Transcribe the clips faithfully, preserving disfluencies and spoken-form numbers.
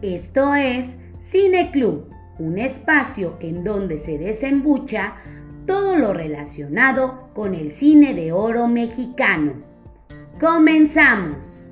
Esto es Cine Club, un espacio en donde se desembucha todo lo relacionado con el cine de oro mexicano. ¡Comenzamos!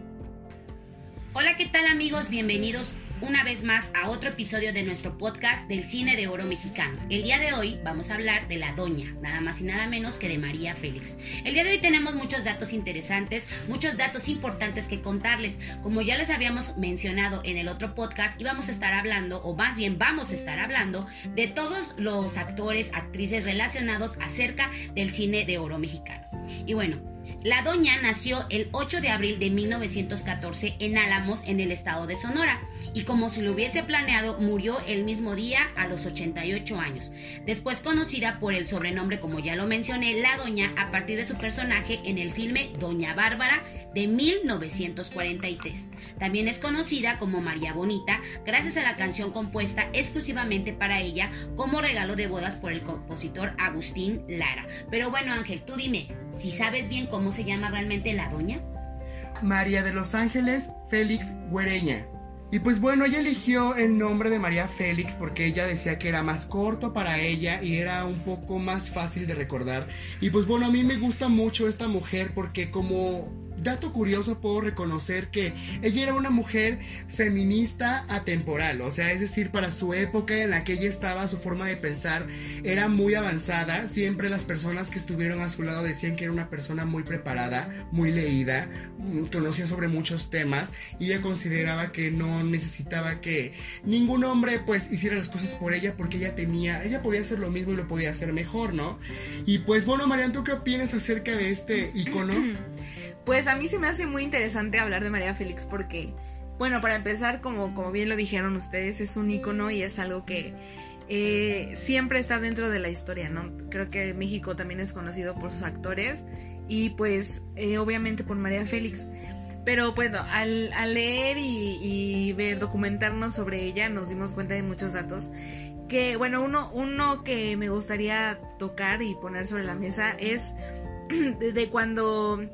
Hola, ¿qué tal amigos? Bienvenidos una vez más a otro episodio de nuestro podcast del cine de oro mexicano. El día de hoy vamos a hablar de la doña, nada más y nada menos que de María Félix. El día de hoy tenemos muchos datos interesantes, muchos datos importantes que contarles. Como ya les habíamos mencionado en el otro podcast, íbamos a estar hablando, o más bien vamos a estar hablando, de todos los actores, actrices relacionados acerca del cine de oro mexicano. Y bueno, la doña nació el ocho de abril de mil novecientos catorce en Álamos, en el estado de Sonora, y como si lo hubiese planeado, murió el mismo día a los ochenta y ocho años. Después conocida por el sobrenombre, como ya lo mencioné, la doña, a partir de su personaje en el filme Doña Bárbara de mil novecientos cuarenta y tres. También es conocida como María Bonita, gracias a la canción compuesta exclusivamente para ella como regalo de bodas por el compositor Agustín Lara. Pero bueno, Ángel, tú dime, ¿si sabes bien cómo se llama realmente la doña? María de los Ángeles Félix Güereña. Y pues bueno, ella eligió el nombre de María Félix porque ella decía que era más corto para ella y era un poco más fácil de recordar. Y pues bueno, a mí me gusta mucho esta mujer porque, como dato curioso, puedo reconocer que ella era una mujer feminista atemporal, o sea, es decir, para su época en la que ella estaba, su forma de pensar era muy avanzada. Siempre las personas que estuvieron a su lado decían que era una persona muy preparada, muy leída, conocía sobre muchos temas, y ella consideraba que no necesitaba que ningún hombre pues hiciera las cosas por ella, porque ella tenía, ella podía hacer lo mismo y lo podía hacer mejor, ¿no? Y pues bueno, Marian, ¿tú qué opinas acerca de este ícono? Pues a mí se me hace muy interesante hablar de María Félix porque, bueno, para empezar, como, como bien lo dijeron ustedes, es un ícono y es algo que eh, siempre está dentro de la historia, ¿no? Creo que México también es conocido por sus actores y pues eh, obviamente por María Félix. Pero bueno, al, al leer y, y ver, documentarnos sobre ella, nos dimos cuenta de muchos datos. Que bueno, uno, uno que me gustaría tocar y poner sobre la mesa es de, de cuando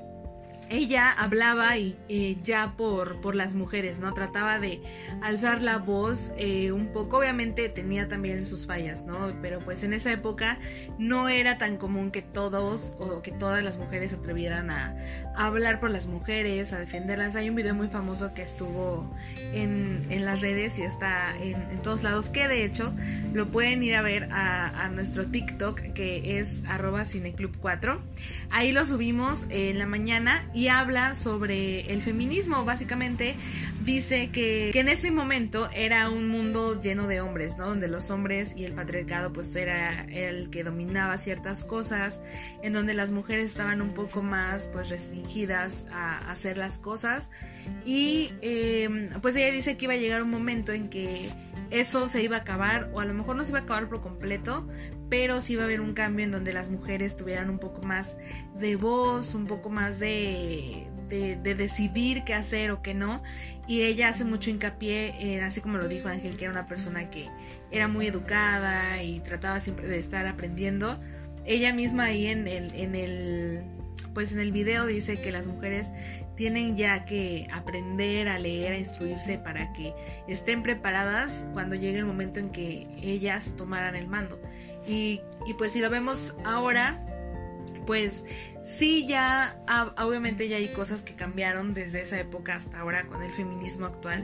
ella hablaba y eh, ya por, por las mujeres, ¿no? Trataba de alzar la voz eh, un poco. Obviamente tenía también sus fallas, ¿no? Pero pues en esa época no era tan común que todos o que todas las mujeres se atrevieran a, a hablar por las mujeres, a defenderlas. Hay un video muy famoso que estuvo en, en las redes y está en, en todos lados, que de hecho lo pueden ir a ver a, a nuestro TikTok, que es arroba cineclub cuatro. Ahí lo subimos en la mañana y habla sobre el feminismo. Básicamente dice que, que en ese momento era un mundo lleno de hombres, ¿no? Donde los hombres y el patriarcado pues era, era el que dominaba ciertas cosas, en donde las mujeres estaban un poco más pues restringidas a, a hacer las cosas, y eh, pues ella dice que iba a llegar un momento en que eso se iba a acabar, o a lo mejor no se iba a acabar por completo, pero sí iba a haber un cambio en donde las mujeres tuvieran un poco más de voz, un poco más de, de, de decidir qué hacer o qué no. Y ella hace mucho hincapié en, así como lo dijo Ángel, que era una persona que era muy educada y trataba siempre de estar aprendiendo. Ella misma ahí en el, en el, pues en el video dice que las mujeres tienen ya que aprender a leer, a instruirse para que estén preparadas cuando llegue el momento en que ellas tomaran el mando. Y, y pues si lo vemos ahora, pues sí, ya obviamente ya hay cosas que cambiaron desde esa época hasta ahora con el feminismo actual,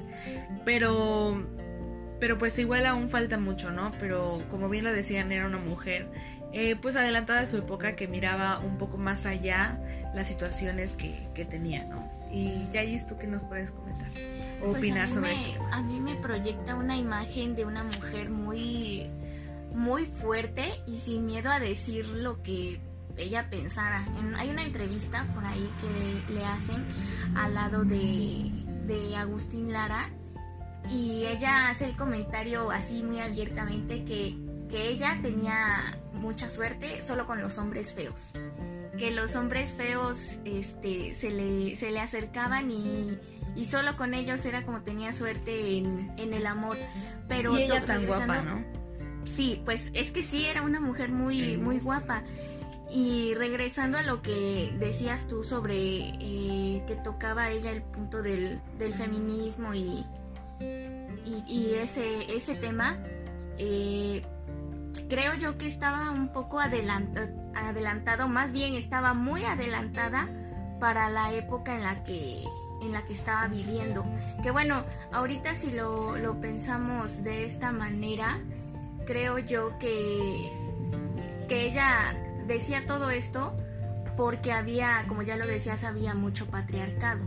pero pero pues igual aún falta mucho, ¿no? Pero como bien lo decían, era una mujer eh, pues adelantada de su época, que miraba un poco más allá las situaciones que, que tenía, ¿no? Y Yayis, ¿tú qué nos puedes comentar o pues opinar sobre me, esto? A mí me proyecta una imagen de una mujer muy muy fuerte y sin miedo a decir lo que ella pensara. En, hay una entrevista por ahí que le hacen al lado de, de Agustín Lara, y ella hace el comentario así muy abiertamente que, que ella tenía mucha suerte solo con los hombres feos, que los hombres feos este, se, le, se le acercaban y, y solo con ellos era como tenía suerte en, en el amor. Pero y ella tan guapa, ¿no? Sí, pues es que sí, era una mujer muy, muy guapa. Y regresando a lo que decías tú sobre eh, que tocaba ella el punto del, del feminismo y, y, y ese, ese tema, eh, creo yo que estaba un poco adelanta, adelantado, más bien estaba muy adelantada para la época en la que, en la que estaba viviendo. Que bueno, ahorita si lo, lo pensamos de esta manera, creo yo que, que ella decía todo esto porque había, como ya lo decías, había mucho patriarcado.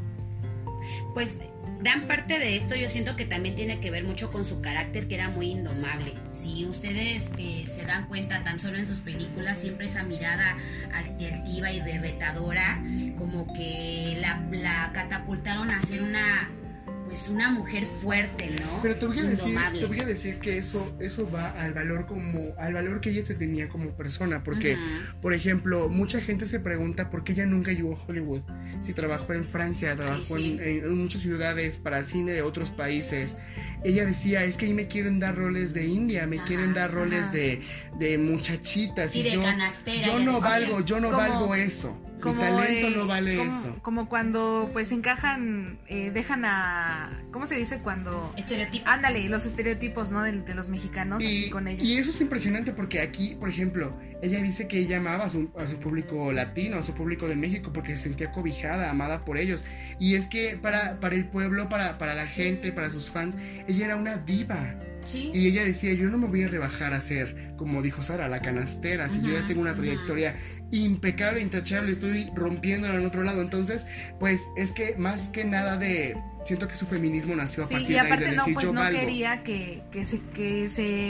Pues gran parte de esto yo siento que también tiene que ver mucho con su carácter, que era muy indomable. Si ustedes eh, se dan cuenta tan solo en sus películas, siempre esa mirada altiva y retadora, como que la, la catapultaron a ser una, pues una mujer fuerte, ¿no? Pero te voy a decir, indomable. te voy a decir que eso, eso va al valor como, al valor que ella se tenía como persona, porque, uh-huh. por ejemplo, mucha gente se pregunta por qué ella nunca llegó a Hollywood. Si trabajó en Francia, trabajó sí, sí. En, en muchas ciudades para cine de otros países. Ella decía, es que ahí me quieren dar roles de India, me ajá, quieren dar roles de, de muchachitas. Sí, y de yo, canastera. Yo no valgo, sea, yo no como, valgo eso. Mi talento eh, no vale como, eso. Como cuando pues encajan, eh, dejan a... ¿Cómo se dice? Cuando... Estereotipos. Ándale, los estereotipos, ¿no? De, de los mexicanos, y, así con ellos. Y eso es impresionante porque aquí, por ejemplo, ella dice que ella amaba a su, a su público latino, a su público de México, porque se sentía cobijada, amada por ellos. Y es que para, para el pueblo, para, para la gente, para sus fans, ella era una diva. Sí. Y ella decía, yo no me voy a rebajar a ser, como dijo Sara, la canastera. Si uh-huh, yo ya tengo una trayectoria uh-huh. impecable, intachable, estoy rompiéndola en otro lado. Entonces, pues es que más que nada de... Siento que su feminismo nació a sí, partir y aparte de ahí de no, decir pues yo no valgo. quería que, que, se, que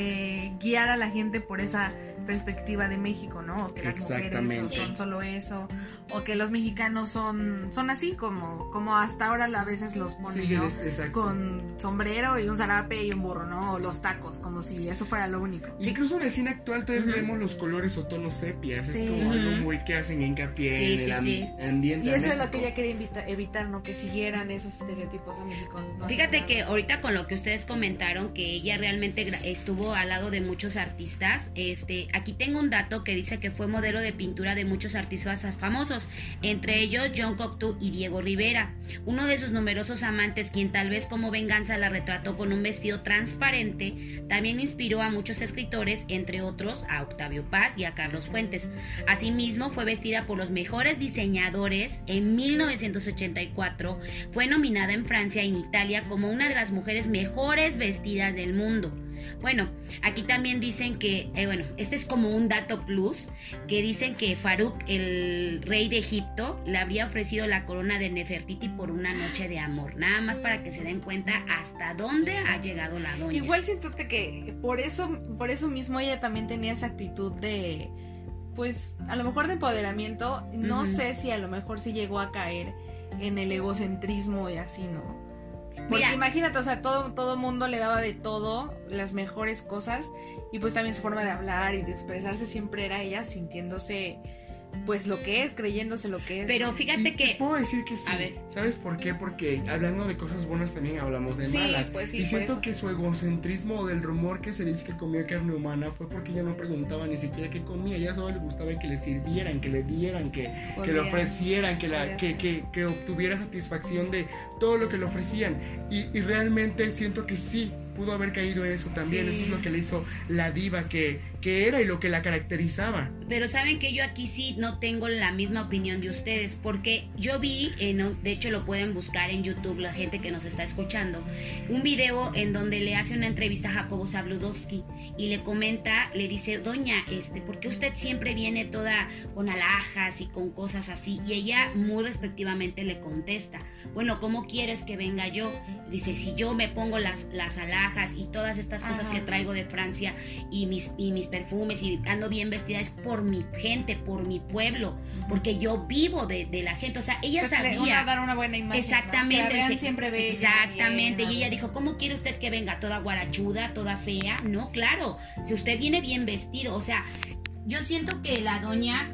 se guiara la gente por esa perspectiva de México, ¿no? O que las mujeres son solo eso, o que los mexicanos son son así como como hasta ahora a veces los ponen, sí, ¿no? Es, con sombrero y un zarape y un burro, ¿no? O los tacos, como si eso fuera lo único. Incluso en el cine actual todavía uh-huh. vemos los colores o tonos sepias, sí. es como uh-huh. algo muy que hacen hincapié sí, en sí, el am- sí. ambiente. Y eso México. Es lo que ella quería invita- evitar, ¿no? Que siguieran esos estereotipos a México. No Fíjate que ahorita con lo que ustedes comentaron, que ella realmente gra- estuvo al lado de muchos artistas, este, aquí tengo un dato que dice que fue modelo de pintura de muchos artistas famosos, entre ellos John Cocteau y Diego Rivera. Uno de sus numerosos amantes, quien tal vez como venganza la retrató con un vestido transparente, también inspiró a muchos escritores, entre otros a Octavio Paz y a Carlos Fuentes. Asimismo, fue vestida por los mejores diseñadores. En mil novecientos ochenta y cuatro fue nominada en Francia y en Italia como una de las mujeres mejores vestidas del mundo. Bueno, aquí también dicen que, eh, bueno, este es como un dato plus, que dicen que Farouk, el rey de Egipto, le habría ofrecido la corona de Nefertiti por una noche de amor, nada más para que se den cuenta hasta dónde ha llegado la doña. Igual siento que por eso, por eso mismo ella también tenía esa actitud de, pues, a lo mejor de empoderamiento, no uh-huh. sé si a lo mejor sí llegó a caer en el egocentrismo y así, ¿no? Porque Mira. imagínate, o sea, todo todo mundo le daba de todo, las mejores cosas, y pues también su forma de hablar y de expresarse siempre era ella sintiéndose pues lo que es, creyéndose lo que es. Pero fíjate y que... Te puedo decir que sí. A ver. ¿Sabes por qué? Porque hablando de cosas buenas también hablamos de sí, malas. Pues sí, y siento eso. que su egocentrismo del rumor que se dice que comía carne humana fue porque ella no preguntaba ni siquiera qué comía. Ella solo le gustaba que le sirvieran, que le dieran, que, que le ofrecieran, que, la, que, que, que obtuviera satisfacción de todo lo que le ofrecían. Y, y realmente siento que sí pudo haber caído en eso también. Sí. Eso es lo que le hizo la diva que, que era y lo que la caracterizaba. Pero saben que yo aquí sí no tengo la misma opinión de ustedes, porque yo vi, eh, no, de hecho lo pueden buscar en YouTube la gente que nos está escuchando, un video en donde le hace una entrevista a Jacobo Zabludovsky y le comenta, le dice, doña, este, ¿por qué usted siempre viene toda con alhajas y con cosas así? Y ella muy respectivamente le contesta, bueno, ¿cómo quieres que venga yo? Dice, si yo me pongo las, las alhajas y todas estas cosas Ajá. que traigo de Francia y mis, y mis perfumes y ando bien vestida, es por mi gente, por mi pueblo, porque yo vivo de, de la gente, o sea, ella pues sabía una, dar una buena imagen, exactamente, ¿no? Que la vean se, siempre bella, exactamente, bien, y ella dijo, ¿cómo quiere usted que venga toda guarachuda, toda fea? No, claro, si usted viene bien vestido, o sea, yo siento que la doña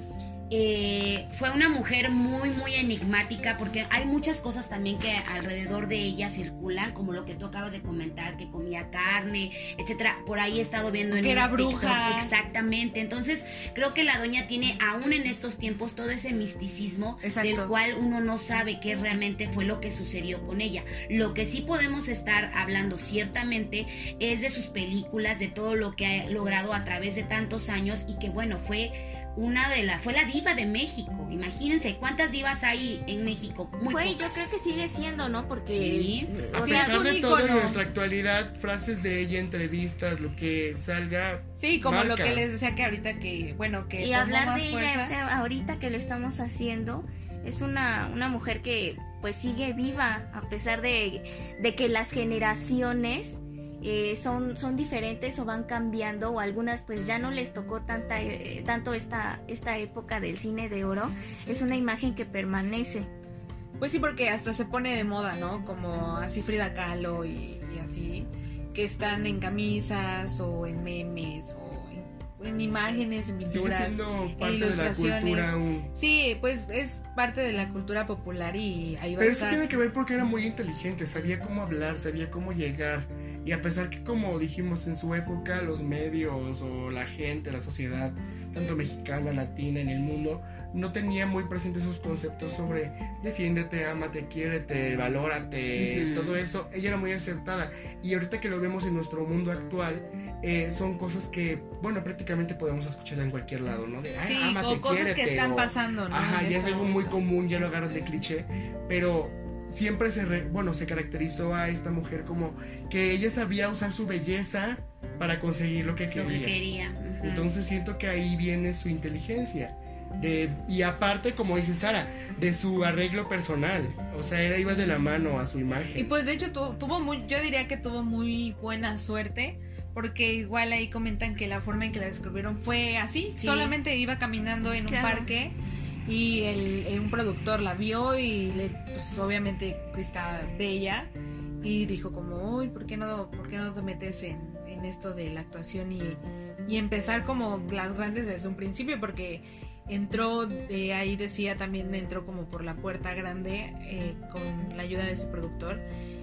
Eh, fue una mujer muy muy enigmática, porque hay muchas cosas también que alrededor de ella circulan, como lo que tú acabas de comentar, que comía carne, etcétera. Por ahí he estado viendo en que era unos bruja. TikTok, exactamente. Entonces creo que la doña tiene aún en estos tiempos todo ese misticismo. Exacto. Del cual uno no sabe qué realmente fue lo que sucedió con ella. Lo que sí podemos estar hablando ciertamente es de sus películas, de todo lo que ha logrado a través de tantos años, y que bueno, fue una de las, fue la diva de México. Imagínense cuántas divas hay en México. Muy fue, pocas. Yo creo que sigue siendo, ¿no? Porque sí. A pesar de todo en nuestra actualidad, frases de ella, entrevistas, lo que salga. Sí, como marca. Lo que les decía que ahorita que, bueno, que y hablar de fuerza. ella, o sea, ahorita que lo estamos haciendo, es una, una mujer que pues sigue viva, a pesar de, de que las generaciones Eh, son, son diferentes o van cambiando, o algunas pues ya no les tocó tanta, eh, tanto esta, esta época del cine de oro. Es una imagen que permanece. Pues sí, porque hasta se pone de moda, ¿no? Como así Frida Kahlo y, y así, que están en camisas o en memes o en, en imágenes, en pinturas, sigue siendo parte en ilustraciones. De la cultura aún. Sí, pues es parte de la cultura popular y ahí va Pero a estar. eso tiene que ver porque era muy inteligente, sabía cómo hablar, sabía cómo llegar. Y a pesar que, como dijimos en su época, los medios o la gente, la sociedad, tanto mexicana, latina, en el mundo, no tenía muy presentes sus conceptos sobre defiéndete, ámate, quiérete, valórate, uh-huh. todo eso. Ella era muy acertada. Y ahorita que lo vemos en nuestro mundo actual, eh, son cosas que, bueno, prácticamente podemos escuchar en cualquier lado, ¿no? De, sí, ámate, o cosas quiérete, que están o, pasando, ¿no? Ajá, en ya este es algo momento. muy común, ya lo agarran de cliché, pero siempre se, re, bueno, se caracterizó a esta mujer como que ella sabía usar su belleza para conseguir lo que quería. Lo que quería. Uh-huh. Entonces siento que ahí viene su inteligencia. De, y aparte, como dice Sara, de su arreglo personal. O sea, era iba de la mano a su imagen. Y pues de hecho tu, tuvo muy, yo diría que tuvo muy buena suerte, porque igual ahí comentan que la forma en que la descubrieron fue así, sí. Solamente iba caminando en claro. un parque y el, el, un productor la vio y le, pues obviamente está bella y dijo como, uy, ¿por qué no, por qué no te metes en, en esto de la actuación y, y empezar como las grandes desde un principio? Porque entró, eh, ahí decía también, entró como por la puerta grande eh, con la ayuda de ese productor.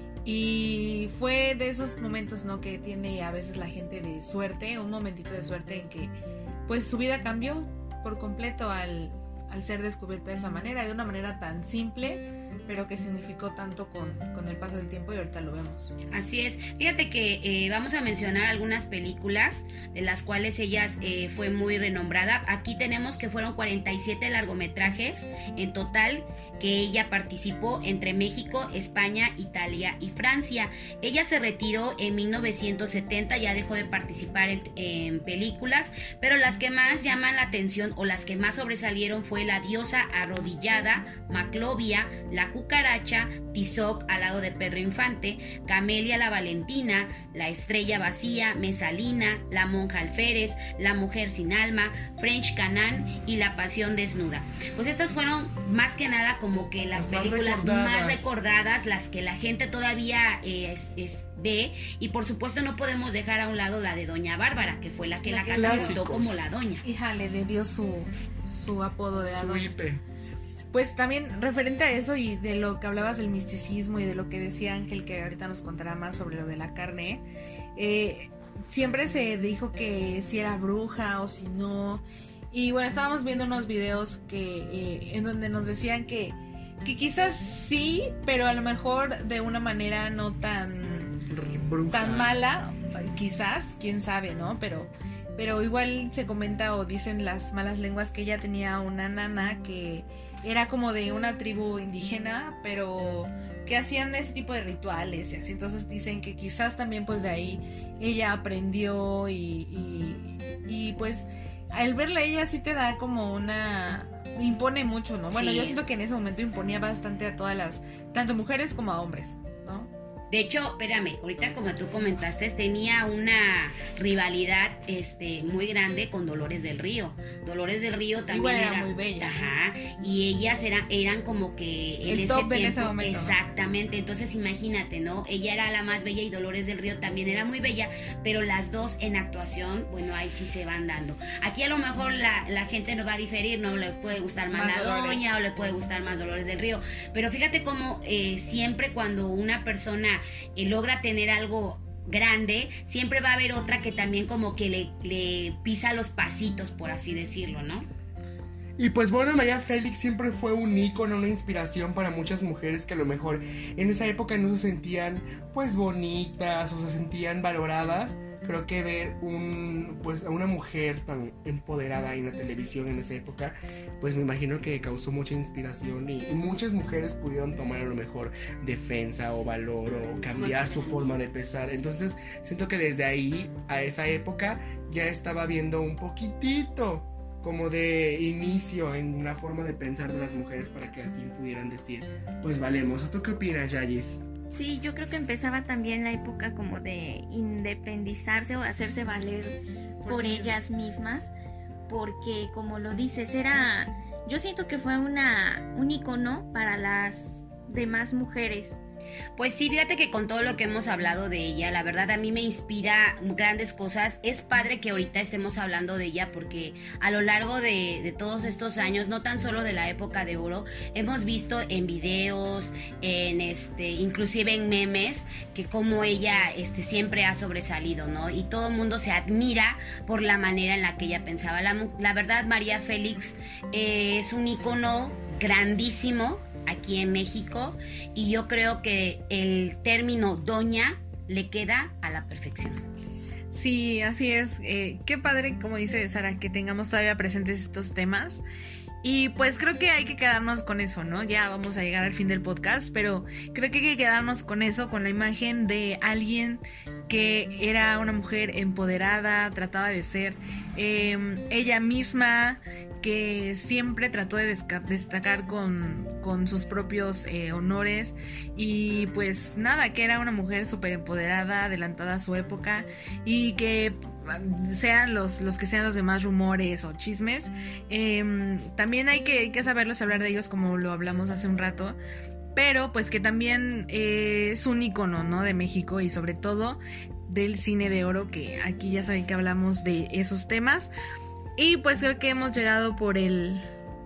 Y fue de esos momentos, ¿no?, que tiene a veces la gente de suerte, un momentito de suerte en que pues su vida cambió por completo al, al ser descubierta de esa manera, de una manera tan simple, pero que significó tanto con, con el paso del tiempo, y ahorita lo vemos. Así es. Fíjate que eh, vamos a mencionar algunas películas de las cuales ella eh, fue muy renombrada. Aquí tenemos que fueron cuarenta y siete largometrajes en total que ella participó entre México, España, Italia y Francia. Ella se retiró en mil novecientos setenta, ya dejó de participar en, en películas, pero las que más llaman la atención o las que más sobresalieron fue La diosa arrodillada, Maclovia, La cucaracha, Tizoc al lado de Pedro Infante, Camelia la Valentina, La estrella vacía, Mesalina, La monja alférez, La mujer sin alma, French Canaan y La pasión desnuda. Pues estas fueron más que nada como que las, las películas más recordadas. más recordadas, las que la gente todavía eh, es, es, ve, y por supuesto no podemos dejar a un lado la de Doña Bárbara, que fue la que la, la catapultó como la doña. Hija, le debió su, su apodo de su doña. Pues también referente a eso y de lo que hablabas del misticismo y de lo que decía Ángel, que ahorita nos contará más sobre lo de la carne, eh, siempre se dijo que si era bruja o si no. Y bueno, estábamos viendo unos videos que eh, en donde nos decían que, que quizás sí, pero a lo mejor de una manera no tan, tan mala, quizás, quién sabe, ¿no? Pero... Pero igual se comenta o dicen las malas lenguas que ella tenía una nana que era como de una tribu indígena, pero que hacían ese tipo de rituales y así. Entonces dicen que quizás también pues de ahí ella aprendió y, y, y pues al verla ella sí te da como una... impone mucho, ¿no? Bueno, sí. Yo siento que en ese momento imponía bastante a todas las... tanto mujeres como a hombres, ¿no? De hecho, espérame, ahorita como tú comentaste, tenía una rivalidad este, muy grande con Dolores del Río. Dolores del Río también Igual era, era muy bella. Ajá, y ellas eran, eran como que en El ese top tiempo. en ese momento, exactamente, entonces imagínate, ¿no? Ella era la más bella y Dolores del Río también era muy bella, pero las dos en actuación, bueno, ahí sí se van dando. Aquí a lo mejor la, la gente no va a diferir, no le puede gustar más, Más la Dolores. doña o le puede gustar más Dolores del Río, pero fíjate cómo eh, siempre cuando una persona eh, logra tener algo grande, siempre va a haber otra que también como que le, le pisa los pasitos, por así decirlo, ¿no? Y pues bueno, María Félix siempre fue un ícono, una inspiración para muchas mujeres que a lo mejor en esa época no se sentían pues bonitas o se sentían valoradas. Creo que ver un pues a una mujer tan empoderada en la televisión en esa época, pues me imagino que causó mucha inspiración y, y muchas mujeres pudieron tomar a lo mejor defensa o valor o cambiar su forma de pensar. Entonces siento que desde ahí a esa época ya estaba viendo un poquitito como de inicio en la forma de pensar de las mujeres para que al fin pudieran decir, pues valemos. ¿O tú qué opinas, Yayis? Sí, yo creo que empezaba también la época como de independizarse o hacerse valer por, Por sí ellas mismas, porque como lo dices, era, yo siento que fue una un icono para las demás mujeres. Pues sí, fíjate que con todo lo que hemos hablado de ella, la verdad a mí me inspira grandes cosas. Es padre que ahorita estemos hablando de ella porque a lo largo de, de todos estos años, no tan solo de la época de oro, hemos visto en videos, en este, inclusive en memes, que como ella este, siempre ha sobresalido, ¿no? Y todo el mundo se admira por la manera en la que ella pensaba. La, la verdad, María Félix eh, es un ícono grandísimo aquí en México y yo creo que el término doña le queda a la perfección. Sí, así es. Eh, qué padre, como dice Sara, que tengamos todavía presentes estos temas. Y pues creo que hay que quedarnos con eso, ¿no? Ya vamos a llegar al fin del podcast, pero creo que hay que quedarnos con eso, con la imagen de alguien que era una mujer empoderada, trataba de ser eh, ella misma, que siempre trató de destacar con, con sus propios eh, honores y pues nada, que era una mujer súper empoderada, adelantada a su época y que sean los, los que sean los demás rumores o chismes, eh, también hay que, hay que saberlos y hablar de ellos como lo hablamos hace un rato, pero pues que también eh, es un ícono, ¿no? De México y sobre todo del cine de oro, que aquí ya saben que hablamos de esos temas. Y pues creo que hemos llegado por el...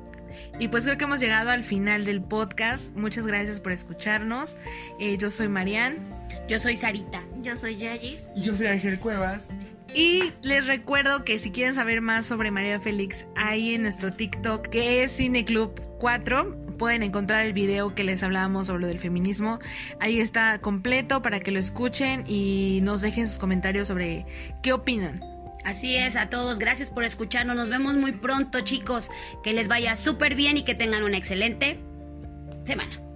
Y pues creo que hemos llegado al final del podcast. Muchas gracias por escucharnos. Eh, yo soy Marian. Yo soy Sarita. Yo soy Yayis. Y yo soy Ángel Cuevas. Y les recuerdo que si quieren saber más sobre María Félix, ahí en nuestro TikTok, que es Cineclub cuatro, pueden encontrar el video que les hablábamos sobre lo del feminismo. Ahí está completo para que lo escuchen y nos dejen sus comentarios sobre qué opinan. Así es, a todos, gracias por escucharnos. Nos vemos muy pronto, chicos. Que les vaya súper bien y que tengan una excelente semana.